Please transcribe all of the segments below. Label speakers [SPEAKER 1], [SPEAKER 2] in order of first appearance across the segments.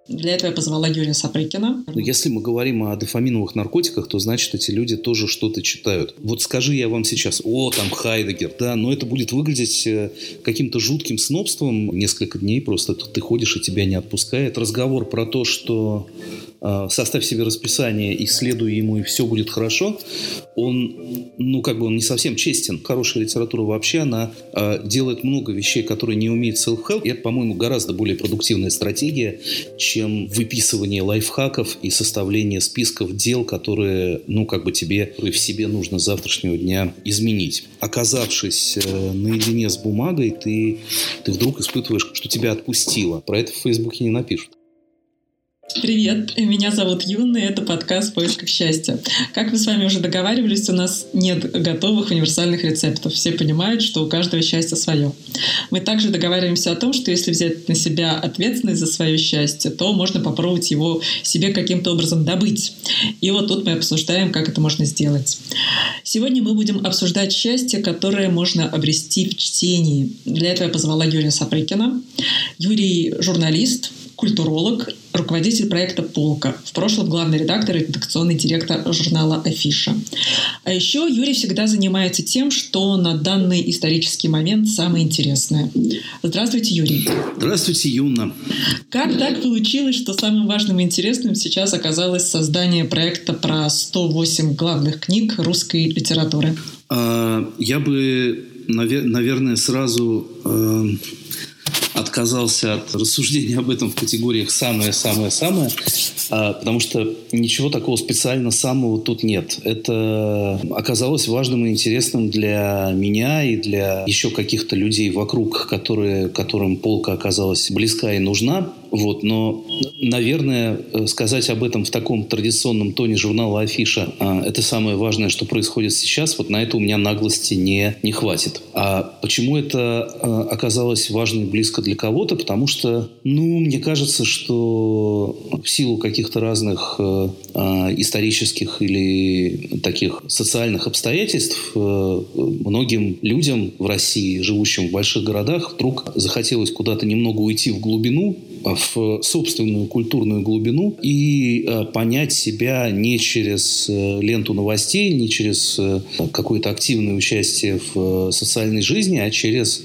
[SPEAKER 1] Для этого я позвала Юрия Сапрыкина.
[SPEAKER 2] Но если мы говорим о дофаминовых наркотиках, то значит, эти люди тоже что-то читают. Вот скажи я вам сейчас, там Хайдеггер, да, но это будет выглядеть каким-то жутким снобством. Несколько дней просто ты ходишь и тебя не отпускает. Разговор про то, что составь себе расписание и следуй ему, и все будет хорошо, он не совсем честен. Хорошая литература вообще, она делает много вещей, которые не умеет self-help. И это, по-моему, гораздо более продуктивная стратегия, чем выписывание лайфхаков и составление списков дел, которые, тебе в себе нужно с завтрашнего дня изменить. Оказавшись наедине с бумагой, ты вдруг испытываешь, что тебя отпустило. Про это в Фейсбуке не напишут.
[SPEAKER 1] Привет, меня зовут Юна, и это подкаст «В поисках счастья». Как мы с вами уже договаривались, у нас нет готовых универсальных рецептов. Все понимают, что у каждого счастье свое. Мы также договариваемся о том, что если взять на себя ответственность за свое счастье, то можно попробовать его себе каким-то образом добыть. И вот тут мы обсуждаем, как это можно сделать. Сегодня мы будем обсуждать счастье, которое можно обрести в чтении. Для этого я позвала Юрия Сапрыкина. Юрий — журналист, культуролог, руководитель проекта «Полка», в прошлом главный редактор и редакционный директор журнала «Афиша». А еще Юрий всегда занимается тем, что на данный исторический момент самое интересное. Здравствуйте, Юрий.
[SPEAKER 2] Здравствуйте, Юна.
[SPEAKER 1] Как так получилось, что самым важным и интересным сейчас оказалось создание проекта про 108 главных книг русской литературы?
[SPEAKER 2] Я бы, наверное, сразу отказался от рассуждения об этом в категориях «самое-самое-самое», потому что ничего такого специально самого тут нет. Это оказалось важным и интересным для меня и для еще каких-то людей вокруг, которым «Полка» оказалась близка и нужна. Но, наверное, сказать об этом в таком традиционном тоне журнала «Афиша» это самое важное, что происходит сейчас. На это у меня наглости не хватит. А почему это оказалось важно и близко для кого-то? Потому что, мне кажется, что в силу каких-то разных исторических или таких социальных обстоятельств многим людям в России, живущим в больших городах, вдруг захотелось куда-то немного уйти в глубину, в собственную культурную глубину и понять себя не через ленту новостей, не через какое-то активное участие в социальной жизни, а через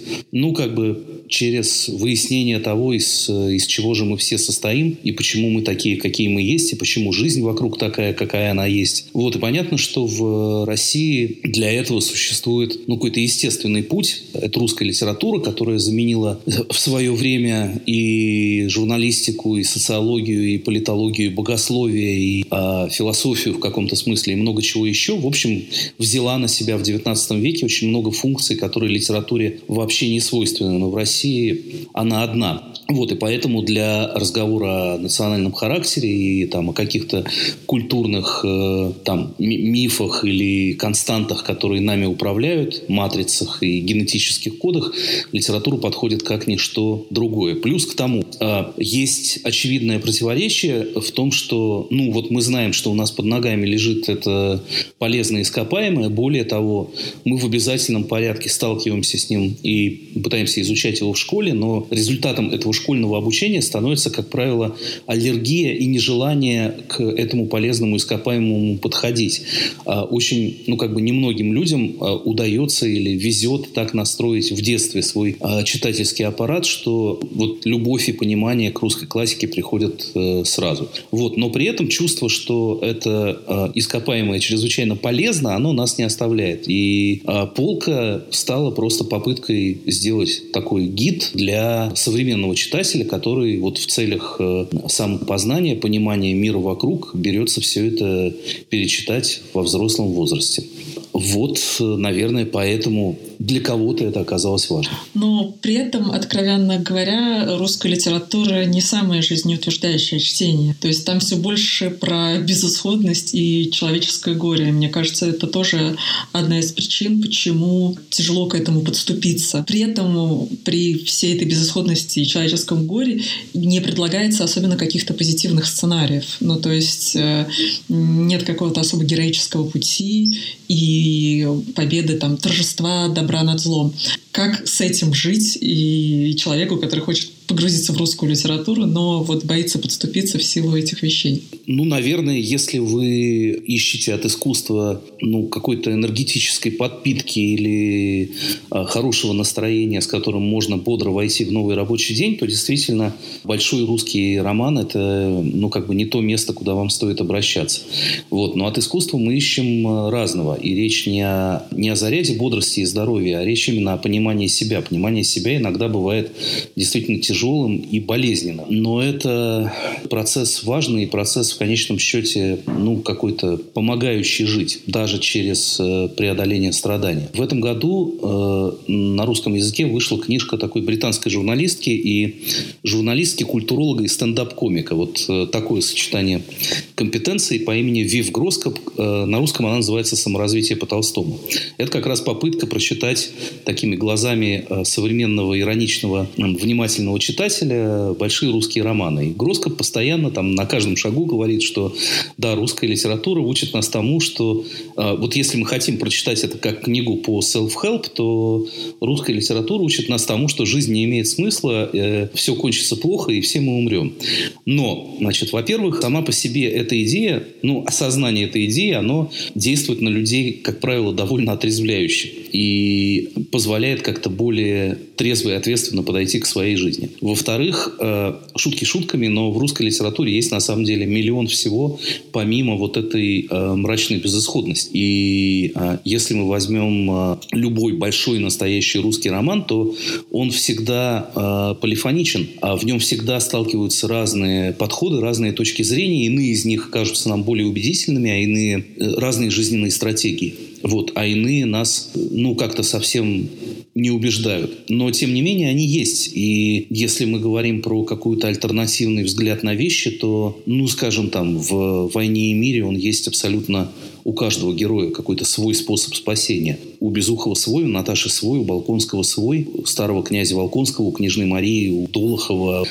[SPEAKER 2] выяснение того, из чего же мы все состоим, и почему мы такие, какие мы есть, и почему жизнь вокруг такая, какая она есть. И понятно, что в России для этого существует какой-то естественный путь. Это русская литература, которая заменила в свое время и журналистику, и социологию, и политологию, и богословие, и философию в каком-то смысле, и много чего еще. В общем, взяла на себя в XIX веке очень много функций, которые литературе вообще не свойственны. Но в России она одна. И поэтому для разговора о национальном характере и о каких-то культурных мифах или константах, которые нами управляют, матрицах и генетических кодах, литература подходит как ничто другое. Плюс к тому, есть очевидное противоречие в том, что мы знаем, что у нас под ногами лежит это полезное ископаемое. Более того, мы в обязательном порядке сталкиваемся с ним и пытаемся изучать его в школе, но результатом этого школьного обучения становится, как правило, аллергия и нежелание к этому полезному ископаемому подходить. Очень, немногим людям удается или везет так настроить в детстве свой читательский аппарат, что любовь и понимание к русской классике приходят сразу. Но при этом чувство, что это ископаемое чрезвычайно полезно, оно нас не оставляет. И «Полка» стала просто попыткой сделать такой гид для современного читателя, который в целях самопознания, понимания мира вокруг берется все это перечитать во взрослом возрасте. Наверное, поэтому для кого-то это оказалось важно.
[SPEAKER 1] Но при этом, откровенно говоря, русская литература не самое жизнеутверждающее чтение. То есть там все больше про безысходность и человеческое горе. Мне кажется, это тоже одна из причин, почему тяжело к этому подступиться. При этом, при всей этой безысходности и человеческом горе не предлагается особенно каких-то позитивных сценариев. То есть нет какого-то особо героического пути и победы, торжества добра над злом. Как с этим жить и человеку, который хочет погрузиться в русскую литературу, но вот боится подступиться в силу этих вещей?
[SPEAKER 2] Ну, наверное, если вы ищете от искусства какой-то энергетической подпитки или хорошего настроения, с которым можно бодро войти в новый рабочий день, то действительно большой русский роман – это не то место, куда вам стоит обращаться. Вот. Но от искусства мы ищем разного. И речь не о заряде бодрости и здоровья, а речь именно о понимании себя. Понимание себя иногда бывает действительно тяжелым и болезненным. Но это процесс важный, процесс в конечном счете какой-то помогающий жить, даже через преодоление страданий. В этом году на русском языке вышла книжка такой британской журналистки и журналистки-культуролога и стендап-комика. Вот такое сочетание компетенций по имени Вив Гроскоп. На русском она называется «Саморазвитие по Толстому». Это как раз попытка прочитать такими глазами современного, ироничного, внимательного читателя большие русские романы. И Гроскоп постоянно на каждом шагу говорит, что да, русская литература учит нас тому, что вот если мы хотим прочитать это как книгу по self-help, то русская литература учит нас тому, что жизнь не имеет смысла, все кончится плохо и все мы умрем. Но, во-первых, сама по себе эта идея, осознание этой идеи, оно действует на людей, как правило, довольно отрезвляюще и позволяет как-то более трезво и ответственно подойти к своей жизни. Во-вторых, шутки шутками, но в русской литературе есть на самом деле миллион всего, помимо вот этой мрачной безысходности. И если мы возьмем любой большой настоящий русский роман, то он всегда полифоничен, а в нем всегда сталкиваются разные подходы, разные точки зрения. Иные из них кажутся нам более убедительными, а иные разные жизненные стратегии. Вот, а иные нас, как-то совсем не убеждают. Но, тем не менее, они есть. И если мы говорим про какой-то альтернативный взгляд на вещи, то, в «Войне и мире» он есть абсолютно у каждого героя какой-то свой способ спасения. У Безухова свой, у Наташи свой, у Болконского свой, у старого князя Волконского, у княжны Марии, у Долохова,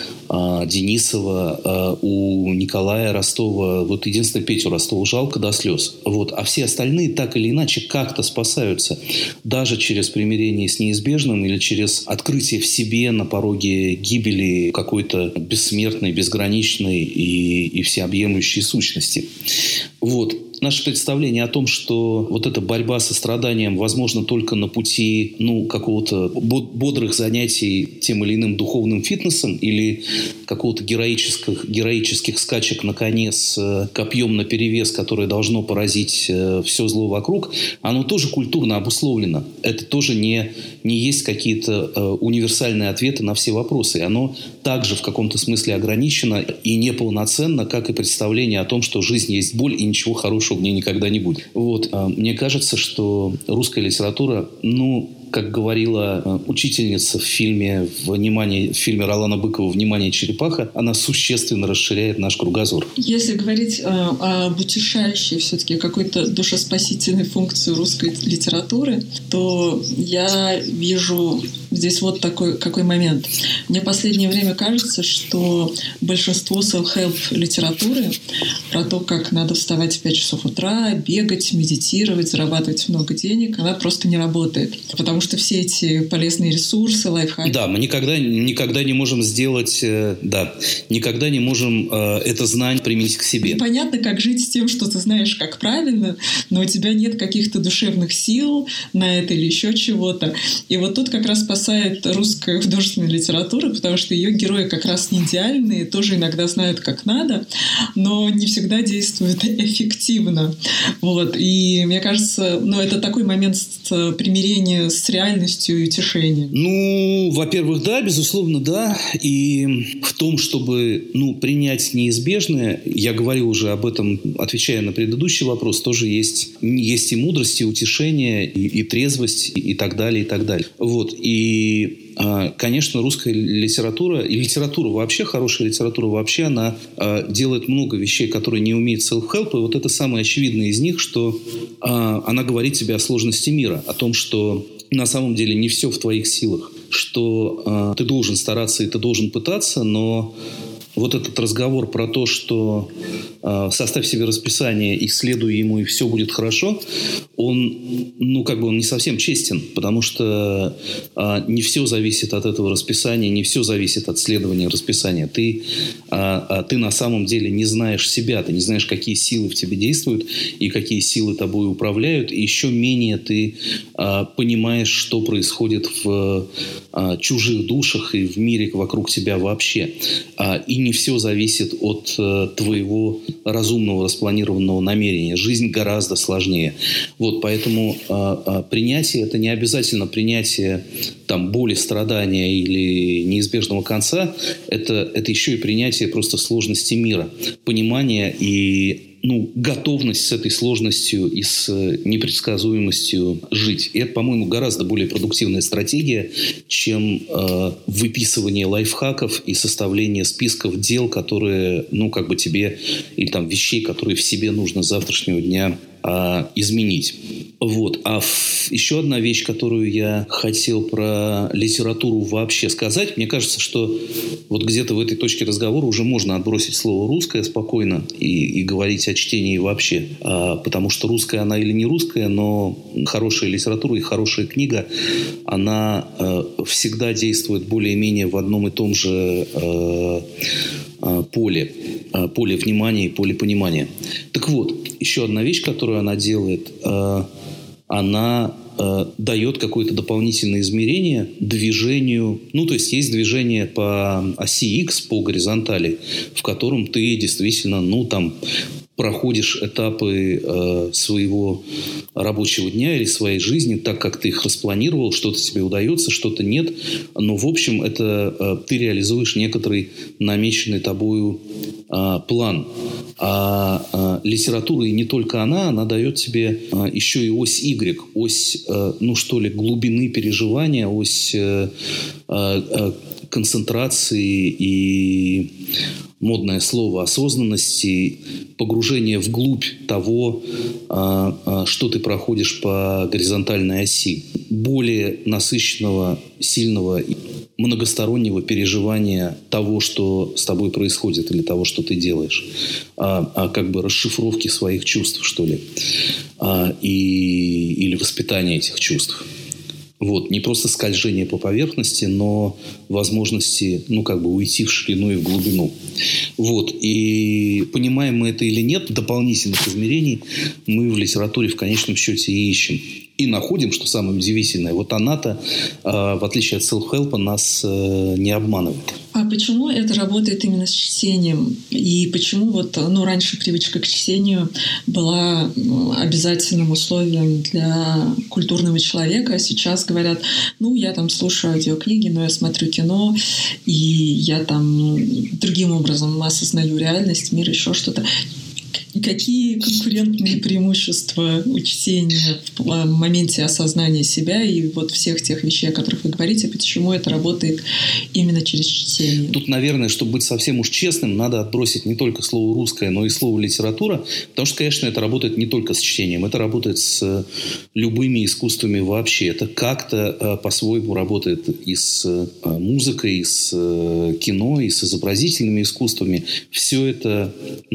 [SPEAKER 2] Денисова, у Николая Ростова. Вот единственное, Петю Ростова жалко до слез. Вот. А все остальные так или иначе как-то спасаются. Даже через примирение с неизбежным или через открытие в себе на пороге гибели какой-то бессмертной, безграничной и всеобъемлющей сущности. Вот. Наше представление о том, что вот эта борьба со страданием возможна только на пути какого-то бодрых занятий тем или иным духовным фитнесом или какого-то героических скачек на коне с копьем наперевес, которое должно поразить все зло вокруг, оно тоже культурно обусловлено. Это тоже не есть какие-то универсальные ответы на все вопросы. Оно также в каком-то смысле ограничено и неполноценно, как и представление о том, что жизнь есть боль и ничего хорошего в ней никогда не будет. Вот. Мне кажется, что русская литература, как говорила учительница в фильме Ролана Быкова «Внимание, черепаха», она существенно расширяет наш кругозор.
[SPEAKER 1] Если говорить об утешающей все-таки какой-то душеспасительной функции русской литературы, то я вижу здесь вот какой момент. Мне в последнее время кажется, что большинство self-help литературы про то, как надо вставать в 5 часов утра, бегать, медитировать, зарабатывать много денег, она просто не работает. Потому что все эти полезные ресурсы, лайфхаки...
[SPEAKER 2] Да, мы никогда не можем сделать... никогда не можем это знание применить к себе.
[SPEAKER 1] Понятно, как жить с тем, что ты знаешь, как правильно, но у тебя нет каких-то душевных сил на это или еще чего-то. И вот тут как раз спасает русская художественная литература, потому что ее герои как раз не идеальные, тоже иногда знают, как надо, но не всегда действуют эффективно. Вот. И мне кажется, это такой момент примирения с реальностью и утешением.
[SPEAKER 2] Во-первых, да, безусловно, да. И в том, чтобы принять неизбежное, я говорил уже об этом, отвечая на предыдущий вопрос, тоже есть и мудрость, и утешение, и трезвость, и так далее, и так далее. Вот. И, конечно, русская литература, и литература вообще, хорошая литература вообще, она делает много вещей, которые не умеет self-help. И вот это самое очевидное из них, что она говорит тебе о сложности мира, о том, что на самом деле не все в твоих силах, что ты должен стараться и ты должен пытаться, но вот этот разговор про то, что составь себе расписание и следуй ему, и все будет хорошо, он не совсем честен, потому что не все зависит от этого расписания, не все зависит от следования расписания. Ты на самом деле не знаешь себя, ты не знаешь, какие силы в тебе действуют и какие силы тобой управляют, и еще менее ты понимаешь, что происходит в чужих душах и в мире вокруг тебя вообще. И не все зависит от твоего разумного, распланированного намерения. Жизнь гораздо сложнее. Вот, поэтому принятие – это не обязательно принятие боли, страдания или неизбежного конца. Это еще и принятие просто сложности мира, понимание и готовность с этой сложностью и с непредсказуемостью жить. И это, по-моему, гораздо более продуктивная стратегия, чем выписывание лайфхаков и составление списков дел, которые, тебе, или вещей, которые в себе нужно с завтрашнего дня изменить. Вот. Еще одна вещь, которую я хотел про литературу вообще сказать. Мне кажется, что вот где-то в этой точке разговора уже можно отбросить слово «русское» спокойно и говорить о чтении вообще. Потому что русская она или не русская, но хорошая литература и хорошая книга, она всегда действует более-менее в одном и том же поле внимания и поле понимания. Так вот, еще одна вещь, которую она делает, она дает какое-то дополнительное измерение движению. То есть есть движение по оси X, по горизонтали, в котором ты действительно, проходишь этапы своего рабочего дня или своей жизни так, как ты их распланировал. Что-то тебе удается, что-то нет. Но, в общем, это ты реализуешь некоторый намеченный тобою план. А литература, и не только она дает тебе еще и ось Y, ось, глубины переживания, ось концентрации и модное слово осознанности, погружение вглубь того, что ты проходишь по горизонтальной оси. Более насыщенного, сильного, многостороннего переживания того, что с тобой происходит, или того, что ты делаешь. Расшифровки своих чувств, что ли. Или воспитания этих чувств. Вот. Не просто скольжение по поверхности, но возможности, уйти в ширину и в глубину. Вот. И понимаем мы это или нет, дополнительных измерений мы в литературе в конечном счете и ищем. И находим, что самое удивительное, вот она-то, в отличие от селф-хелпа, нас не обманывает.
[SPEAKER 1] А почему это работает именно с чтением? И почему раньше привычка к чтению была обязательным условием для культурного человека, а сейчас говорят, я слушаю аудиокниги, но я смотрю кино, и я другим образом осознаю реальность, мир, еще что-то. Какие конкурентные преимущества у чтения в моменте осознания себя и всех тех вещей, о которых вы говорите, почему это работает именно через чтение?
[SPEAKER 2] Тут, наверное, чтобы быть совсем уж честным, надо отбросить не только слово «русское», но и слово «литература», потому что, конечно, это работает не только с чтением, это работает с любыми искусствами вообще. Это как-то по-своему работает и с музыкой, и с кино, и с изобразительными искусствами. Все это,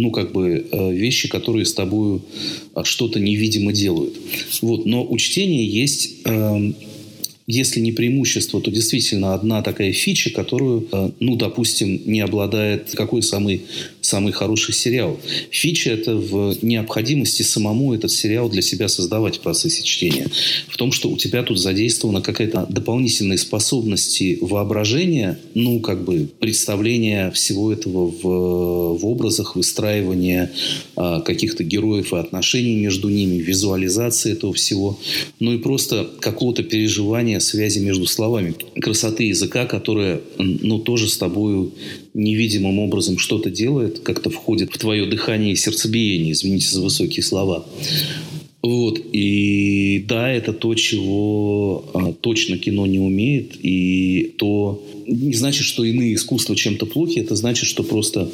[SPEAKER 2] вещи, которые с тобой что-то невидимо делают. Вот. Но у чтения есть, если не преимущество, то действительно одна такая фича, которую, допустим, не обладает какой самый хороший сериал. Фича – это в необходимости самому этот сериал для себя создавать в процессе чтения. В том, что у тебя тут задействована какая-то дополнительная способность воображения, представления всего этого в образах, выстраивания каких-то героев и отношений между ними, визуализации этого всего, и просто какого-то переживания связи между словами. Красоты языка, которая, тоже с тобою невидимым образом что-то делает, как-то входит в твое дыхание и сердцебиение, извините за высокие слова. Вот. И да, это то, чего точно кино не умеет. И то не значит, что иные искусства чем-то плохи. Это значит, что просто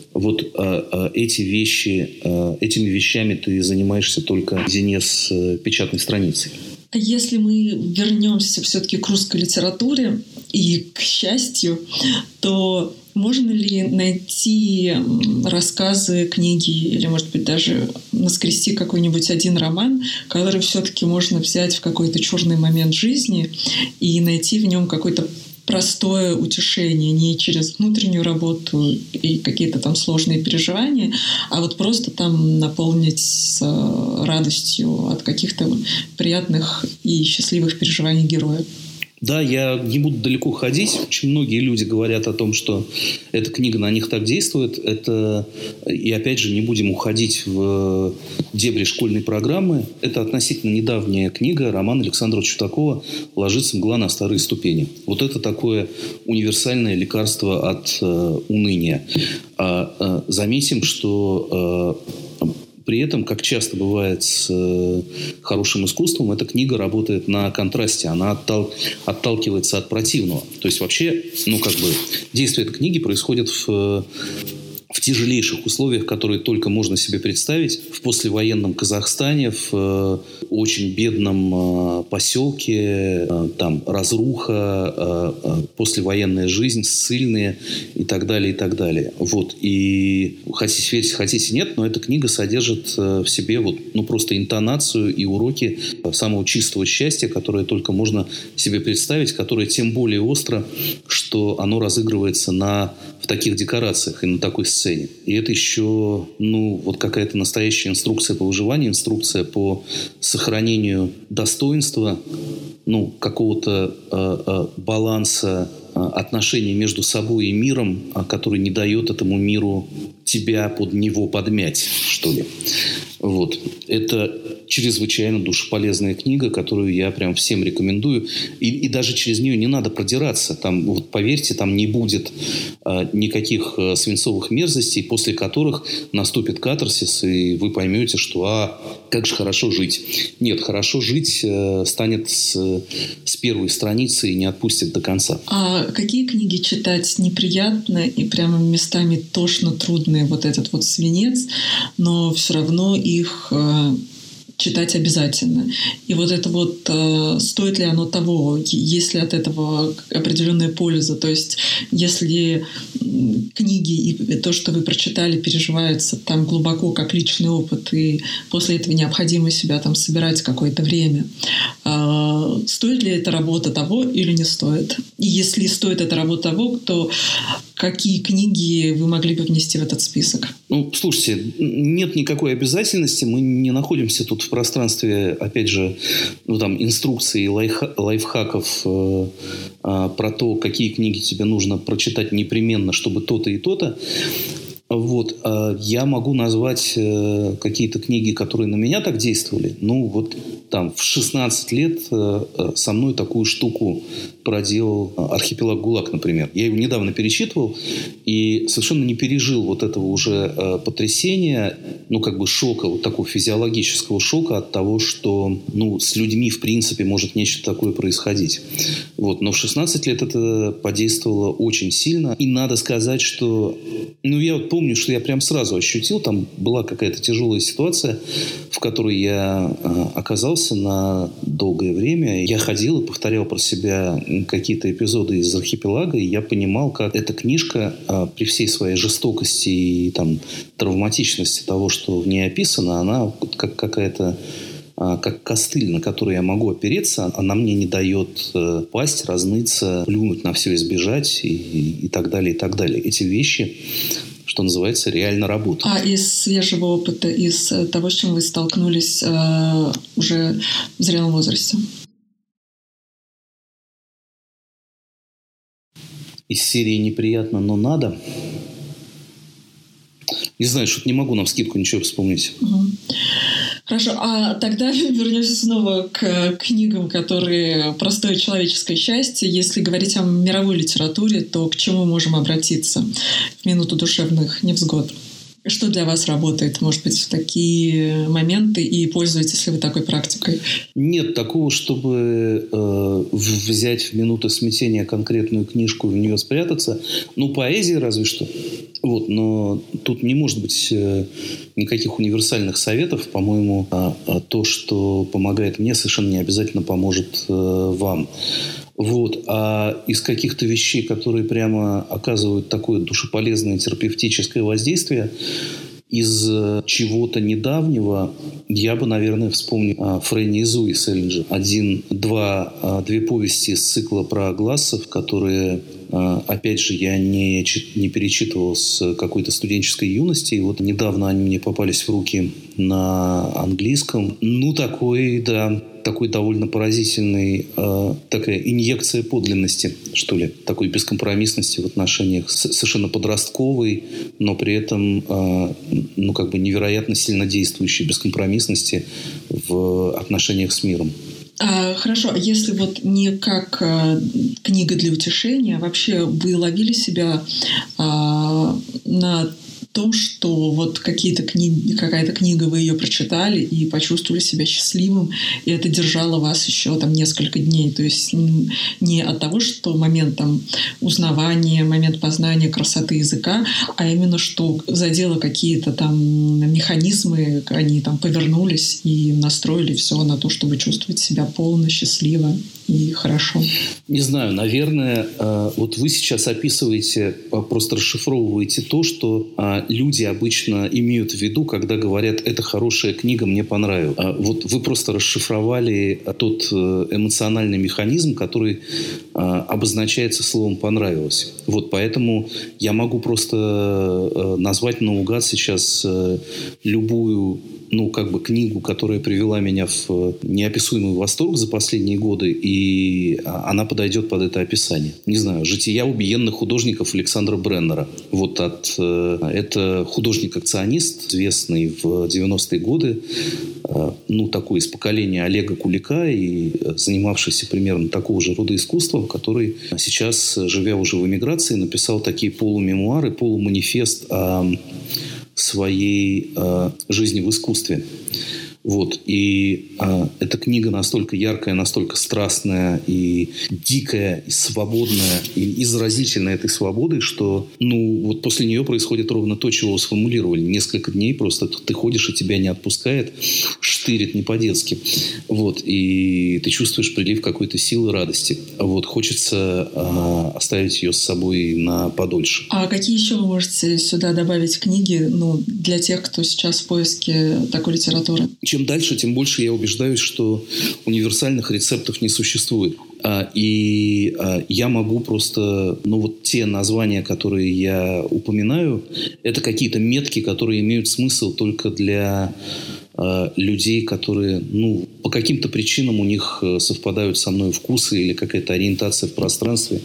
[SPEAKER 2] этими вещами ты занимаешься только наедине с печатной страницей.
[SPEAKER 1] Если мы вернемся все-таки к русской литературе, и к счастью, то можно ли найти рассказы, книги или, может быть, даже наскрести какой-нибудь один роман, который все-таки можно взять в какой-то черный момент жизни и найти в нем какой-то простое утешение, не через внутреннюю работу и какие-то там сложные переживания, а вот просто там наполнить радостью от каких-то приятных и счастливых переживаний героя.
[SPEAKER 2] Да, я не буду далеко ходить. Очень многие люди говорят о том, что эта книга на них так действует. И опять же, не будем уходить в дебри школьной программы. Это относительно недавняя книга, роман Александра Чудакова «Ложится мгла на старые ступени». Вот это такое универсальное лекарство от уныния. Заметим, что при этом, как часто бывает с хорошим искусством, эта книга работает на контрасте. Она отталкивается от противного. То есть, вообще, действие этой книги происходит в тяжелейших условиях, которые только можно себе представить. В послевоенном Казахстане, в очень бедном поселке, там разруха, послевоенная жизнь, ссыльные и так далее, и так далее. Вот. И хотите верьте, хотите нет, но эта книга содержит в себе просто интонацию и уроки самого чистого счастья, которое только можно себе представить, которое тем более остро, что оно разыгрывается в таких декорациях и на такой сцене. И это еще, какая-то настоящая инструкция по выживанию, инструкция по сохранению достоинства, какого-то баланса отношений между собой и миром, который не дает этому миру тебя под него подмять, что ли. Вот. Это чрезвычайно душеполезная книга, которую я прям всем рекомендую. И даже через нее не надо продираться. Там, поверьте, там не будет никаких свинцовых мерзостей, после которых наступит катарсис, и вы поймете, что как же хорошо жить. Нет, хорошо жить станет с первой страницы и не отпустит до конца.
[SPEAKER 1] А какие книги читать неприятно и прямо местами тошно трудные? Вот этот свинец, но все равно их читать обязательно. И вот это стоит ли оно того, есть ли от этого определенная польза. То есть если книги и то, что вы прочитали, переживается там глубоко как личный опыт, и после этого необходимо себя там собирать какое-то время, стоит ли эта работа того или не стоит? И если стоит эта работа того, то какие книги вы могли бы внести в этот список?
[SPEAKER 2] Слушайте, нет никакой обязательности. Мы не находимся тут в пространстве, опять же, инструкций и лайфхаков про то, какие книги тебе нужно прочитать непременно, чтобы то-то и то-то. Вот. Я могу назвать какие-то книги, которые на меня так действовали. В 16 лет со мной такую штуку проделал «Архипелаг ГУЛАГ», например. Я его недавно перечитывал и совершенно не пережил вот этого уже потрясения, шока, такого физиологического шока от того, что с людьми в принципе может нечто такое происходить. Вот. Но в 16 лет это подействовало очень сильно. И надо сказать, что я помню, что я прям сразу ощутил, там была какая-то тяжелая ситуация, в которой я оказался на долгое время. Я ходил и повторял про себя какие-то эпизоды из «Архипелага», и я понимал, как эта книжка при всей своей жестокости и травматичности того, что в ней описано, она как какая-то как костыль, на который я могу опереться, она мне не дает пасть, разныться, плюнуть на все, избежать и так далее, и так далее. Эти вещи, что называется, реально работают.
[SPEAKER 1] А из свежего опыта, из того, с чем вы столкнулись уже в зрелом возрасте?
[SPEAKER 2] Из серии «Неприятно, но надо». Не знаю, что-то не могу навскидку ничего вспомнить.
[SPEAKER 1] Угу. Хорошо, а тогда вернемся снова к книгам, которые «Простое человеческое счастье». Если говорить о мировой литературе, то к чему можем обратиться в минуту душевных невзгод? Что для вас работает, может быть, в такие моменты, и пользуетесь ли вы такой практикой?
[SPEAKER 2] Нет такого, чтобы взять в минуты смятения конкретную книжку и в нее спрятаться. Поэзия разве что. Вот, но тут не может быть никаких универсальных советов. По-моему, то, что помогает мне, совершенно не обязательно поможет вам. Вот. А из каких-то вещей, которые прямо оказывают такое душеполезное терапевтическое воздействие, из чего-то недавнего я бы, наверное, вспомнил Фрэнни и Зои Селлинджер. Две повести из цикла про глассов, которые, опять же, я не перечитывал с какой-то студенческой юности. И вот недавно они мне попались в руки на английском. Такой довольно поразительный, такая инъекция подлинности, что ли, такой бескомпромиссности в отношениях, совершенно подростковой, но при этом, невероятно сильно действующей бескомпромиссности в отношениях с миром.
[SPEAKER 1] Хорошо, а если вот не как книга для утешения, вообще вы ловили себя на том, что вот какая-то книга, вы ее прочитали и почувствовали себя счастливым, и это держало вас еще там несколько дней. То есть не от того, что момент там узнавания, момент познания красоты языка, а именно что задело какие-то там механизмы, они там повернулись и настроили все на то, чтобы чувствовать себя полно, счастливо и хорошо.
[SPEAKER 2] Не знаю, наверное, вот вы сейчас описываете, просто расшифровываете то, что люди обычно имеют в виду, когда говорят: «Это хорошая книга, мне понравилась». Вот вы просто расшифровали тот эмоциональный механизм, который обозначается словом «понравилось». Вот поэтому я могу просто назвать наугад сейчас любую книгу, которая привела меня в неописуемый восторг за последние годы, и она подойдет под это описание. Не знаю, «Жития убиенных художников» Александра Бреннера. Вот это художник-акционист, известный в 90-е годы, такой из поколения Олега Кулика и занимавшийся примерно такого же рода искусством, который сейчас, живя уже в эмиграции, написал такие полумемуары, полуманифест о своей жизни в искусстве. Вот. И эта книга настолько яркая, настолько страстная и дикая, и свободная, и заразительная этой свободой, что вот после нее происходит ровно то, чего вы сформулировали. Несколько дней просто ты ходишь, и тебя не отпускает, штырит не по-детски. Вот. И ты чувствуешь прилив какой-то силы, радости. Вот. Хочется оставить ее с собой на подольше.
[SPEAKER 1] А какие еще вы можете сюда добавить книги для тех, кто сейчас в поиске такой литературы?
[SPEAKER 2] Чем дальше, тем больше я убеждаюсь, что универсальных рецептов не существует. И я могу просто... те названия, которые я упоминаю, это какие-то метки, которые имеют смысл только для людей, которые, по каким-то причинам у них совпадают со мной вкусы или какая-то ориентация в пространстве.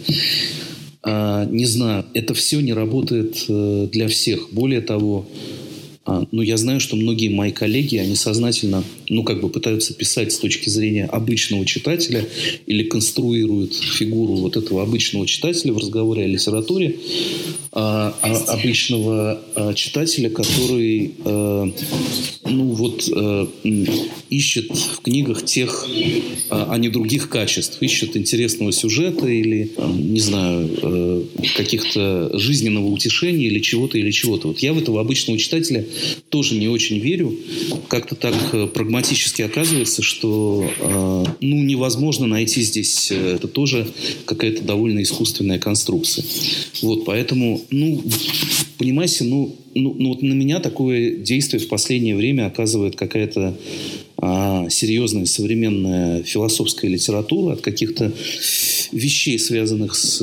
[SPEAKER 2] Не знаю, это все не работает для всех. Более того, я знаю, что многие мои коллеги, они сознательно, пытаются писать с точки зрения обычного читателя или конструируют фигуру вот этого обычного читателя в разговоре о литературе, обычного читателя, который, ищет в книгах тех, а не других качеств, ищет интересного сюжета или, каких-то жизненного утешения или чего-то. Вот я в этого обычного читателя тоже не очень верю. Как-то так прагматически оказывается, что невозможно найти здесь. Это тоже какая-то довольно искусственная конструкция. Вот, поэтому, понимаете, вот на меня такое действие в последнее время оказывает какая-то серьезная современная философская литература от каких-то вещей, связанных с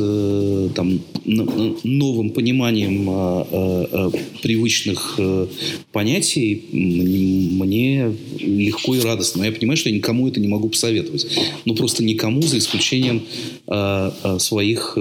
[SPEAKER 2] новым пониманием привычных понятий, мне легко и радостно. Но я понимаю, что я никому это не могу посоветовать. Просто никому, за исключением своих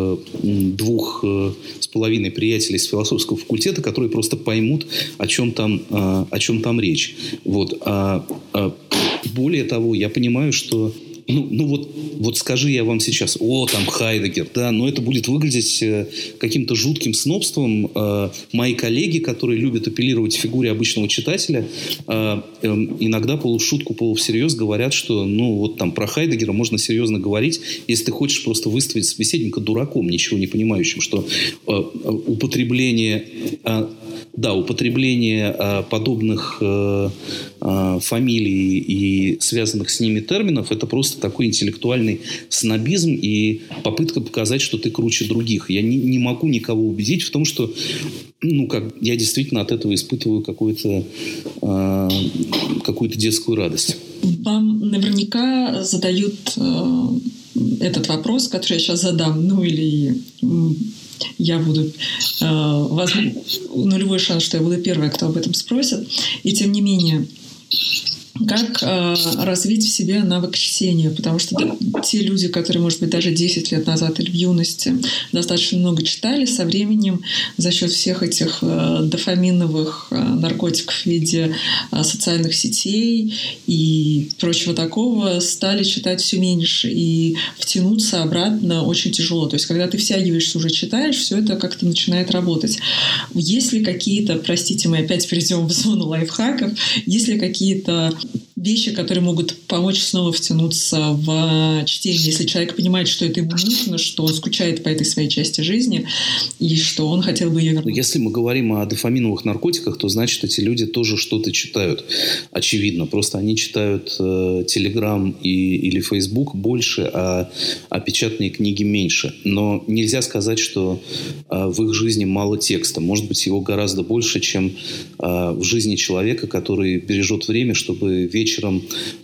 [SPEAKER 2] 2,5 приятелей с философского факультета, которые просто поймут, о чем там речь. Вот. Более того, я понимаю, что вот скажи я вам сейчас: там Хайдеггер, да, но это будет выглядеть каким-то жутким снобством. Мои коллеги, которые любят апеллировать к фигуре обычного читателя, иногда полушутку, полувсерьез говорят, что про Хайдеггера можно серьезно говорить, если ты хочешь просто выставить собеседника дураком, ничего не понимающим, что употребление да, употребление подобных фамилий и связанных с ними терминов – это просто такой интеллектуальный снобизм и попытка показать, что ты круче других. Я не могу никого убедить в том, что я действительно от этого испытываю какую-то детскую радость.
[SPEAKER 1] Вам наверняка задают этот вопрос, который я сейчас задам, или я буду... нулевой шанс, что я буду первой, кто об этом спросит. И тем не менее... Как развить в себе навык чтения? Потому что те люди, которые, может быть, даже 10 лет назад или в юности достаточно много читали, со временем за счет всех этих дофаминовых наркотиков в виде социальных сетей и прочего такого стали читать все меньше. И втянуться обратно очень тяжело. То есть, когда ты втягиваешься, уже читаешь, все это как-то начинает работать. Есть ли какие-то, простите, мы опять перейдем в зону лайфхаков, есть ли какие-то вещи, которые могут помочь снова втянуться в чтение, если человек понимает, что это ему нужно, что он скучает по этой своей части жизни и что он хотел бы ее вернуть.
[SPEAKER 2] Если мы говорим о дофаминовых наркотиках, то значит, эти люди тоже что-то читают. Очевидно. Просто они читают Telegram или Facebook больше, а печатные книги меньше. Но нельзя сказать, что в их жизни мало текста. Может быть, его гораздо больше, чем в жизни человека, который бережет время, чтобы вечером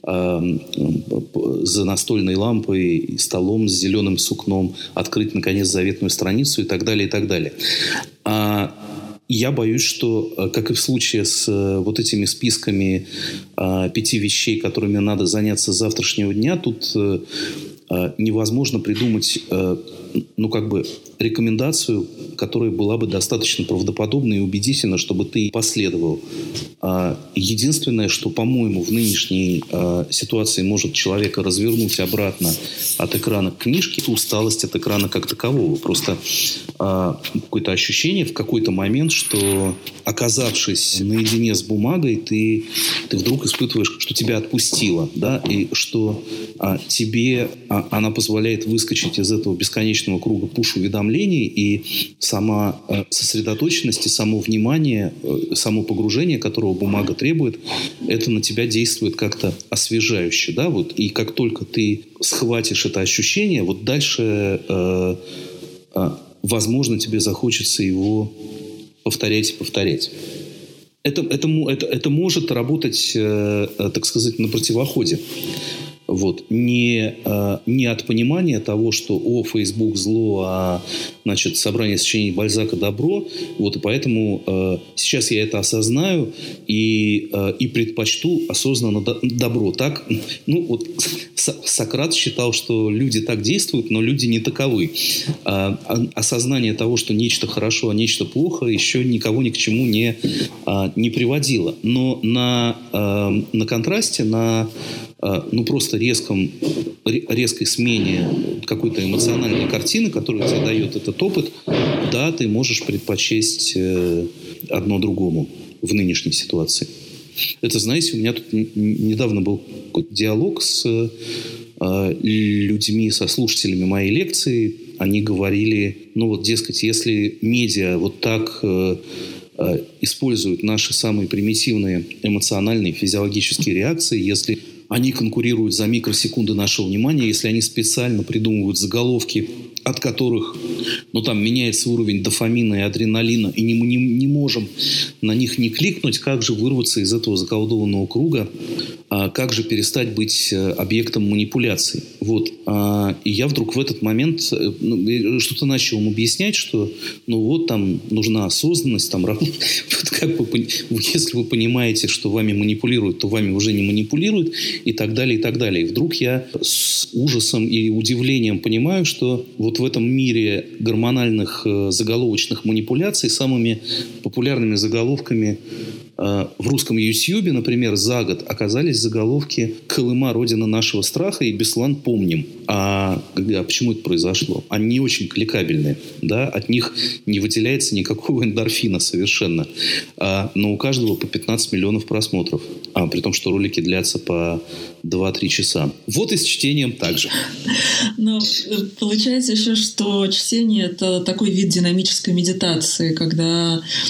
[SPEAKER 2] за настольной лампой и столом с зеленым сукном открыть, наконец, заветную страницу и так далее, и так далее. Я боюсь, что, как и в случае с вот этими списками 5 вещей, которыми надо заняться с завтрашнего дня, тут невозможно придумать рекомендацию, которая была бы достаточно правдоподобна и убедительна, чтобы ты последовал. Единственное, что, по-моему, в нынешней ситуации может человека развернуть обратно от экрана книжки, усталость от экрана как такового. Просто какое-то ощущение в какой-то момент, что, оказавшись наедине с бумагой, ты вдруг испытываешь, что тебя отпустило, да, и что тебе она позволяет выскочить из этого бесконечного круга пуш-уведомлений, и сама сосредоточенность и само внимание, само погружение, которого бумага требует, это на тебя действует как-то освежающе, да, вот, и как только ты схватишь это ощущение, вот дальше, возможно, тебе захочется его повторять и повторять. Это может работать, так сказать, на противоходе. Вот. Не от понимания того, что Facebook зло, а собрание сочинений Бальзака добро. Вот, и поэтому сейчас я это осознаю и предпочту осознанно добро. Так, Сократ считал, что люди так действуют, но люди не таковы. Осознание того, что нечто хорошо, а нечто плохо, еще никого ни к чему не приводило. Но на контрасте, просто резкой смене какой-то эмоциональной картины, которую тебе дает этот опыт, да, ты можешь предпочесть одно другому в нынешней ситуации. Это, знаете, у меня тут недавно был какой-то диалог с людьми, со слушателями моей лекции. Они говорили, дескать, если медиа вот так используют наши самые примитивные эмоциональные, физиологические реакции, если они конкурируют за микросекунды нашего внимания, если они специально придумывают заголовки, от которых меняется уровень дофамина и адреналина, и мы не можем на них не кликнуть, как же вырваться из этого заколдованного круга, как же перестать быть объектом манипуляций. Вот. И я вдруг в этот момент что-то начал им объяснять, что там нужна осознанность, если вы понимаете, что вами манипулируют, то вами уже не манипулируют, и так далее, и так далее. И вдруг я с ужасом и удивлением понимаю, что вот в этом мире гормональных заголовочных манипуляций самыми популярными заголовками в русском Ютьюбе, например, за год оказались заголовки «Колыма, родина нашего страха» и «Беслан, помним». А почему это произошло? Они очень кликабельные. Да? От них не выделяется никакого эндорфина совершенно. Но у каждого по 15 миллионов просмотров. При том, что ролики длятся по 2-3 часа. Вот и с чтением также.
[SPEAKER 1] Но получается еще, что чтение – это такой вид динамической медитации, когда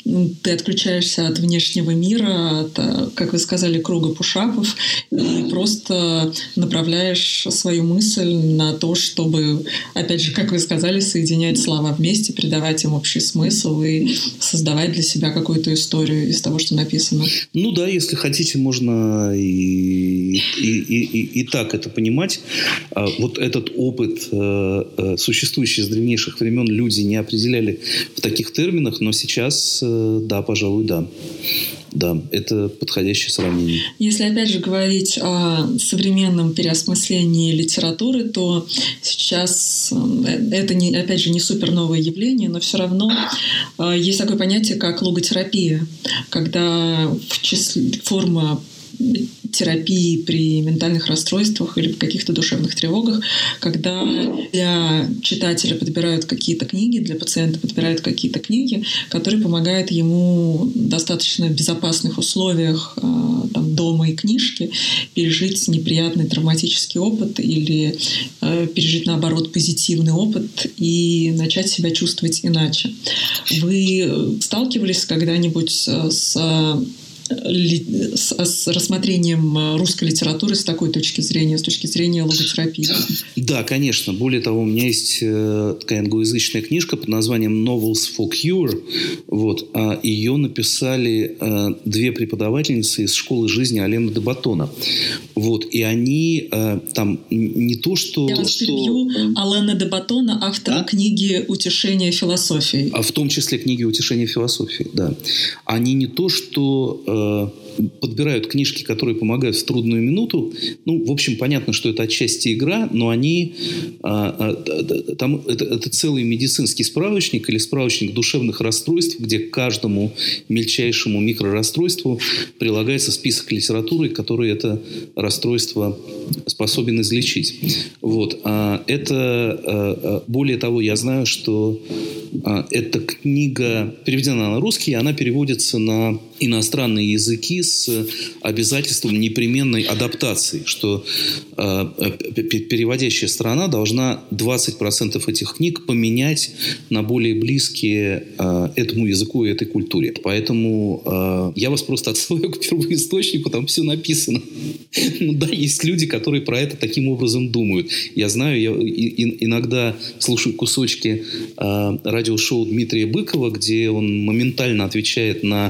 [SPEAKER 1] ты отключаешься от внешнего мира, от, как вы сказали, круга пушапов, и просто направляешь свою мысль на то, чтобы, опять же, как вы сказали, соединять слова вместе, придавать им общий смысл и создавать для себя какую-то историю из того, что написано.
[SPEAKER 2] Ну да, если хотите, можно и так это понимать. Вот этот опыт, существующий с древнейших времен, люди не определяли в таких терминах, но сейчас, да, пожалуй, да. Да, это подходящее сравнение.
[SPEAKER 1] Если, опять же, говорить о современном переосмыслении литературы, то сейчас это, опять же, не супер новое явление, но все равно есть такое понятие, как логотерапия, когда в числе форма терапии при ментальных расстройствах или каких-то душевных тревогах, когда для читателя подбирают какие-то книги, для пациента подбирают какие-то книги, которые помогают ему в достаточно безопасных условиях там, дома и книжки пережить неприятный травматический опыт или пережить, наоборот, позитивный опыт и начать себя чувствовать иначе. Вы сталкивались когда-нибудь с рассмотрением русской литературы с такой точки зрения, с точки зрения логотерапии?
[SPEAKER 2] Да, конечно. Более того, у меня есть такая англоязычная книжка под названием «Novels for Cure». Вот. Ее написали две преподавательницы из школы жизни Алена де Батона. Вот. И они там не то, что...
[SPEAKER 1] Я вас перебью. Алена де Батона, автор книги «Утешение философии».
[SPEAKER 2] В том числе книги «Утешение философии», да. Они не то, что подбирают книжки, которые помогают в трудную минуту. Ну, в общем, понятно, что это отчасти игра, но они... Там это целый медицинский справочник или справочник душевных расстройств, где к каждому мельчайшему микрорасстройству прилагается список литературы, который это расстройство способен излечить. Вот. Это... Более того, я знаю, что эта книга переведена на русский, и она переводится на иностранные языки с обязательством непременной адаптации, что переводящая сторона должна 20% этих книг поменять на более близкие этому языку и этой культуре. Поэтому я вас просто отсылаю к первоисточнику, там все написано. Ну да, есть люди, которые про это таким образом думают. Я знаю, я иногда слушаю кусочки радиошоу Дмитрия Быкова, где он моментально отвечает на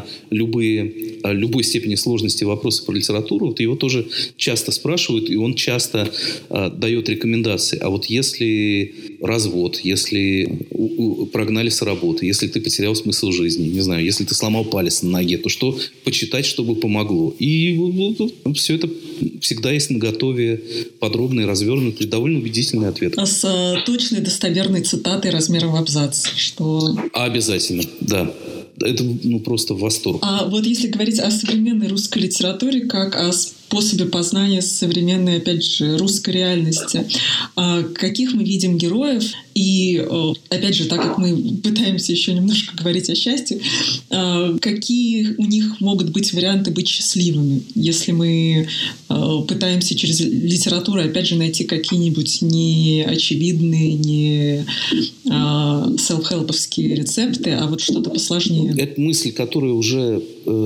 [SPEAKER 2] любой степени сложности вопросы про литературу. Вот его тоже часто спрашивают, и он часто дает рекомендации. А вот если развод, если прогнали с работы, если ты потерял смысл жизни, не знаю, если ты сломал палец на ноге, то что почитать, чтобы помогло? И все это всегда есть наготове подробный, развернутый, довольно убедительный ответ.
[SPEAKER 1] С точной, достоверной цитатой размером в абзац. Что...
[SPEAKER 2] Обязательно, да. Это просто восторг.
[SPEAKER 1] А вот если говорить о современной русской литературе, как о способе познания современной, опять же, русской реальности, каких мы видим героев, и, опять же, так как мы пытаемся еще немножко говорить о счастье, какие у них могут быть варианты быть счастливыми, если мы пытаемся через литературу, опять же, найти какие-нибудь неочевидные, не селф-хелповские рецепты, а вот что-то посложнее.
[SPEAKER 2] Это мысль, которая уже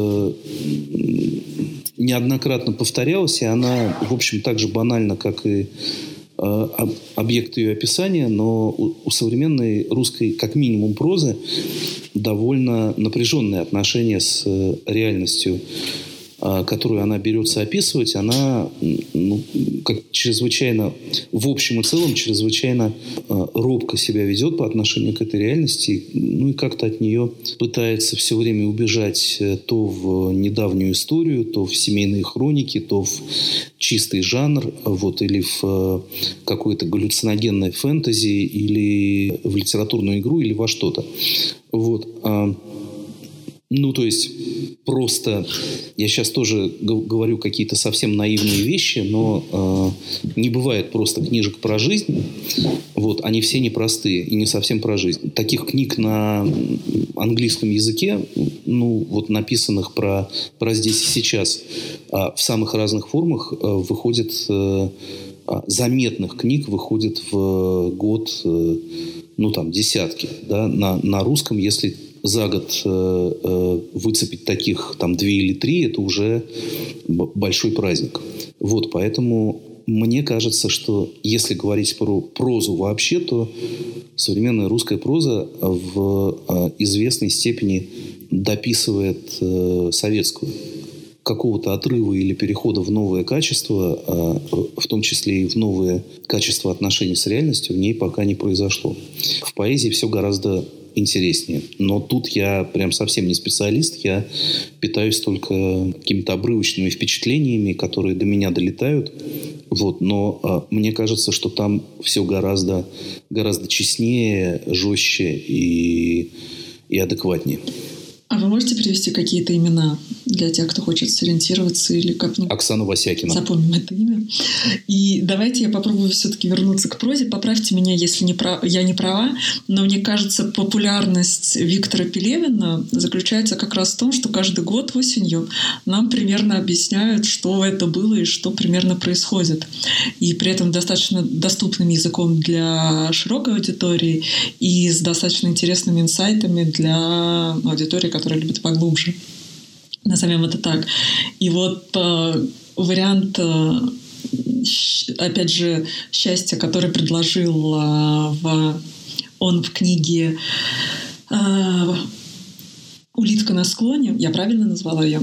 [SPEAKER 2] неоднократно повторялась, и она, в общем, так же банальна, как и объект ее описания, но у современной русской, как минимум, прозы довольно напряженное отношение с реальностью, которую она берется описывать, она как чрезвычайно, в общем и целом, чрезвычайно робко себя ведет по отношению к этой реальности, и как-то от нее пытается все время убежать то в недавнюю историю, то в семейные хроники, то в чистый жанр, или в какое-то галлюциногенное фэнтези, или в литературную игру, или во что-то. То есть, просто я сейчас тоже говорю какие-то совсем наивные вещи, но не бывает просто книжек про жизнь. Они все непростые и не совсем про жизнь. Таких книг на английском языке, написанных про здесь и сейчас, в самых разных формах выходит, заметных книг выходит в год, десятки. Да? На русском, если за год выцепить таких там 2 или 3, это уже большой праздник. Вот, поэтому мне кажется, что если говорить про прозу вообще, то современная русская проза в известной степени дописывает советскую. Какого-то отрыва или перехода в новое качество, в том числе и в новое качество отношений с реальностью, в ней пока не произошло. В поэзии все гораздо интереснее. Но тут я прям совсем не специалист. Я питаюсь только какими-то обрывочными впечатлениями, которые до меня долетают. Вот. Но мне кажется, что там все гораздо честнее, жестче и адекватнее.
[SPEAKER 1] А вы можете привести какие-то имена для тех, кто хочет сориентироваться или как-нибудь?
[SPEAKER 2] Оксана Васякина.
[SPEAKER 1] Запомним это имя. И давайте я попробую все-таки вернуться к прозе. Поправьте меня, если я не права, но мне кажется, популярность Виктора Пелевина заключается как раз в том, что каждый год осенью нам примерно объясняют, что это было и что примерно происходит. И при этом достаточно доступным языком для широкой аудитории и с достаточно интересными инсайтами для аудитории, которая любит поглубже. Назовем это так. И вот вариант, опять же, счастья, который предложил он в книге «Улитка на склоне». Я правильно назвала ее?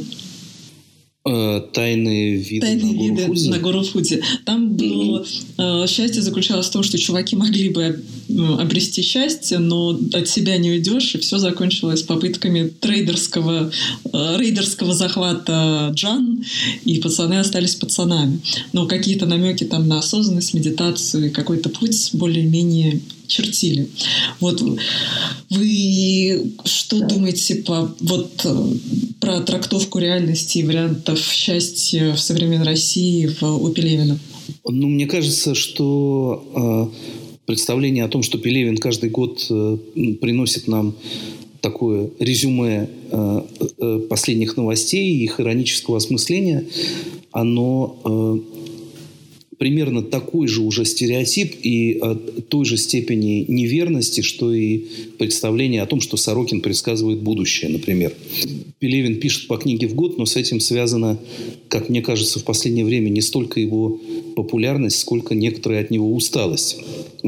[SPEAKER 2] «Тайные виды на гору Фудзи».
[SPEAKER 1] Там было счастье заключалось в том, что чуваки могли бы обрести счастье, но от себя не уйдешь, и все закончилось попытками рейдерского захвата Джан, и пацаны остались пацанами. Но какие-то намеки там на осознанность, медитацию и какой-то путь более-менее чертили. Вот вы что думаете про трактовку реальности и вариантов счастья в современной России у Пелевина?
[SPEAKER 2] Ну, мне кажется, что представление о том, что Пелевин каждый год приносит нам такое резюме последних новостей, их иронического осмысления, оно примерно такой же уже стереотип и той же степени неверности, что и представление о том, что Сорокин предсказывает будущее, например. Пелевин пишет по книге в год, но с этим связано, как мне кажется, в последнее время не столько его популярность, сколько некоторая от него усталость.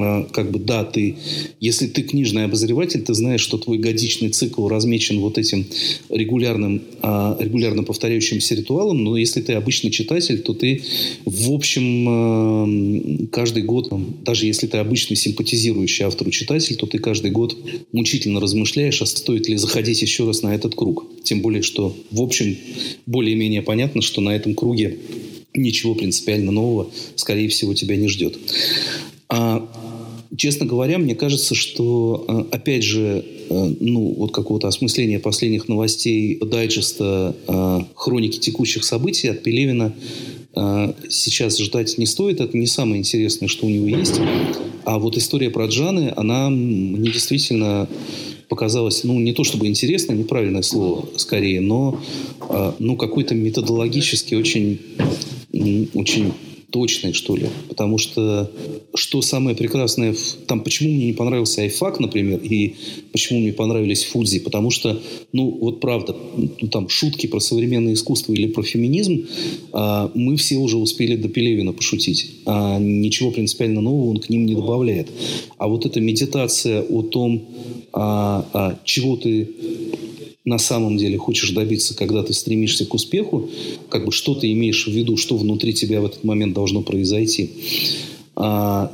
[SPEAKER 2] Если ты книжный обозреватель, ты знаешь, что твой годичный цикл размечен вот этим регулярно повторяющимся ритуалом, но если ты обычный читатель, то ты, в общем, каждый год, даже если ты обычный симпатизирующий автору читатель, то ты каждый год мучительно размышляешь, а стоит ли заходить еще раз на этот круг. Тем более, что, в общем, более-менее понятно, что на этом круге ничего принципиально нового, скорее всего, тебя не ждет. Честно говоря, мне кажется, что, опять же, какого-то осмысления последних новостей, дайджеста, хроники текущих событий от Пелевина сейчас ждать не стоит. Это не самое интересное, что у него есть. А вот история про Джаны, она мне действительно показалась, не то чтобы интересной, неправильное слово скорее, но какой-то методологически очень точной, что ли. Потому что самое прекрасное там, почему мне не понравился Айфак, например, и почему мне понравились Фудзи, потому что, правда, там шутки про современное искусство или про феминизм мы все уже успели до Пелевина пошутить. А ничего принципиально нового он к ним не добавляет. А вот эта медитация о том, чего ты на самом деле хочешь добиться, когда ты стремишься к успеху, что ты имеешь в виду, что внутри тебя в этот момент должно произойти. Про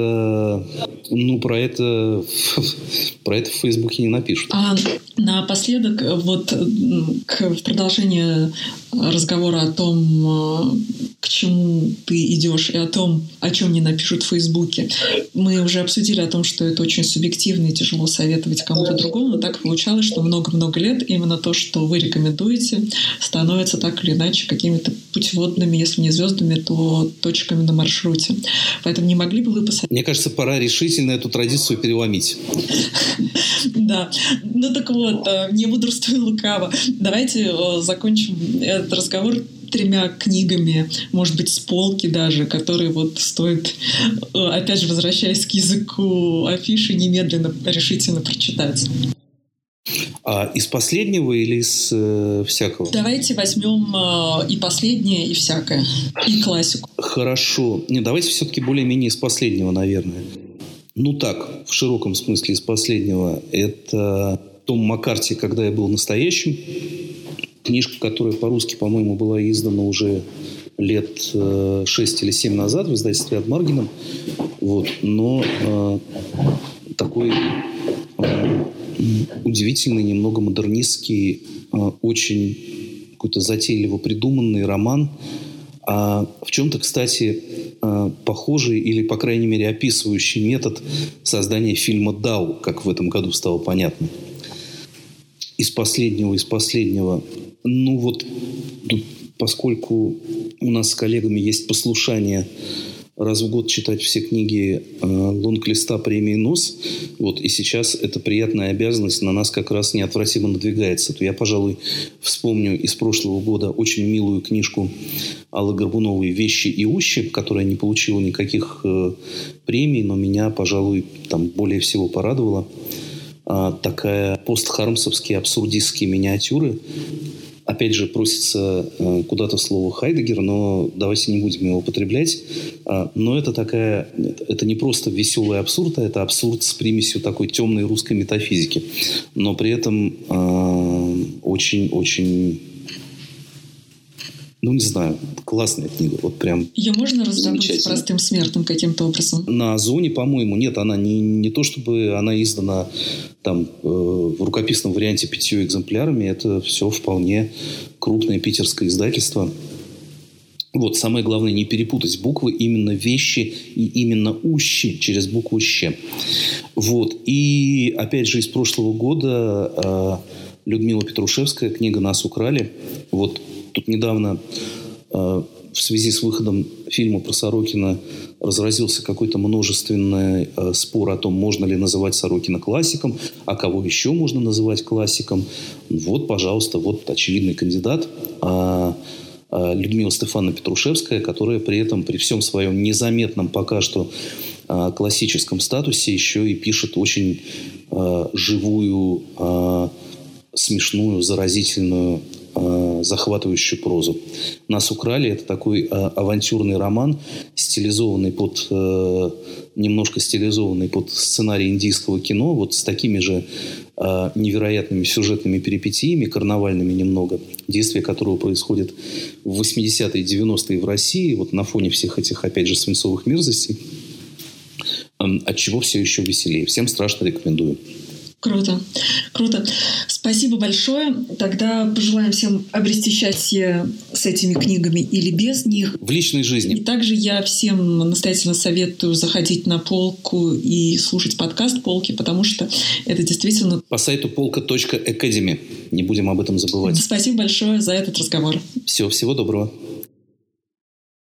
[SPEAKER 2] это в Фейсбуке не напишут.
[SPEAKER 1] А напоследок, в продолжение разговора о том, к чему ты идешь, и о том, о чем не напишут в Фейсбуке, мы уже обсудили о том, что это очень субъективно и тяжело советовать кому-то другому, но так получалось, что много-много лет именно то, что вы рекомендуете, становится так или иначе какими-то путеводными, если не звездами, то точками на маршруте. Поэтому не могли бы вы посоветовать?
[SPEAKER 2] Мне кажется, пора решительно эту традицию переломить.
[SPEAKER 1] Да. Так вот, не мудрствуй лукаво. Давайте закончим этот разговор 3 книгами, может быть, с полки даже, которые стоит, опять же, возвращаясь к языку афиши, немедленно решительно прочитать.
[SPEAKER 2] А из последнего или из всякого?
[SPEAKER 1] Давайте возьмем и последнее, и всякое. И классику.
[SPEAKER 2] Хорошо. Не, давайте все-таки более-менее из последнего, наверное. Ну так, в широком смысле из последнего. Это Том Маккарти «Когда я был настоящим». Книжка, которая по-русски, по-моему, была издана уже лет 6 или 7 назад в издательстве «Ад Маргином». Вот. Но такой удивительный, немного модернистский, очень какой-то затейливо придуманный роман. В чем-то, кстати, похожий или, по крайней мере, описывающий метод создания фильма «Дау», как в этом году стало понятно. Из последнего. Ну вот, поскольку у нас с коллегами есть послушание раз в год читать все книги лонг-листа премии «НОС», вот, и сейчас эта приятная обязанность на нас как раз неотвратимо надвигается, то я, пожалуй, вспомню из прошлого года очень милую книжку Аллы Горбуновой «Вещи и ущи», которая не получила никаких премий, но меня, пожалуй, там более всего порадовала. Такая постхармсовские абсурдистские миниатюры. Опять же, просится куда-то слово Хайдеггер, но давайте не будем его употреблять. Но это такая... Это не просто веселый абсурд, а это абсурд с примесью такой темной русской метафизики. Но при этом очень-очень... Ну, не знаю, классная книга. Вот прям
[SPEAKER 1] ее можно раздобыть простым смертным каким-то образом?
[SPEAKER 2] На Озоне, по-моему, нет. Она не то, чтобы она издана там в рукописном варианте 5 экземплярами. Это все вполне крупное питерское издательство. Вот, самое главное, не перепутать буквы, именно «вещи» и именно «ущи» через букву «щ». Вот. И, опять же, из прошлого года Людмила Петрушевская, книга «Нас украли». Вот. Тут недавно в связи с выходом фильма про Сорокина разразился какой-то множественный спор о том, можно ли называть Сорокина классиком, а кого еще можно называть классиком. Вот, пожалуйста, вот очевидный кандидат Людмила Стефановна Петрушевская, которая при этом, при всем своем незаметном пока что классическом статусе еще и пишет очень живую, смешную, заразительную, захватывающую прозу. «Нас украли» — это такой авантюрный роман, стилизованный немножко стилизованный под сценарий индийского кино, вот с такими же невероятными сюжетными перипетиями, карнавальными немного, действие которого происходит в 80-е и 90-е в России, вот на фоне всех этих, опять же, свинцовых мерзостей, от чего все еще веселее. Всем страшно рекомендую.
[SPEAKER 1] Круто, круто. Спасибо большое. Тогда пожелаем всем обрести счастье с этими книгами или без них.
[SPEAKER 2] В личной жизни.
[SPEAKER 1] И также я всем настоятельно советую заходить на полку и слушать подкаст «Полки», потому что это действительно...
[SPEAKER 2] По сайту polka.academy. Не будем об этом забывать.
[SPEAKER 1] Спасибо большое за этот разговор.
[SPEAKER 2] Всего доброго.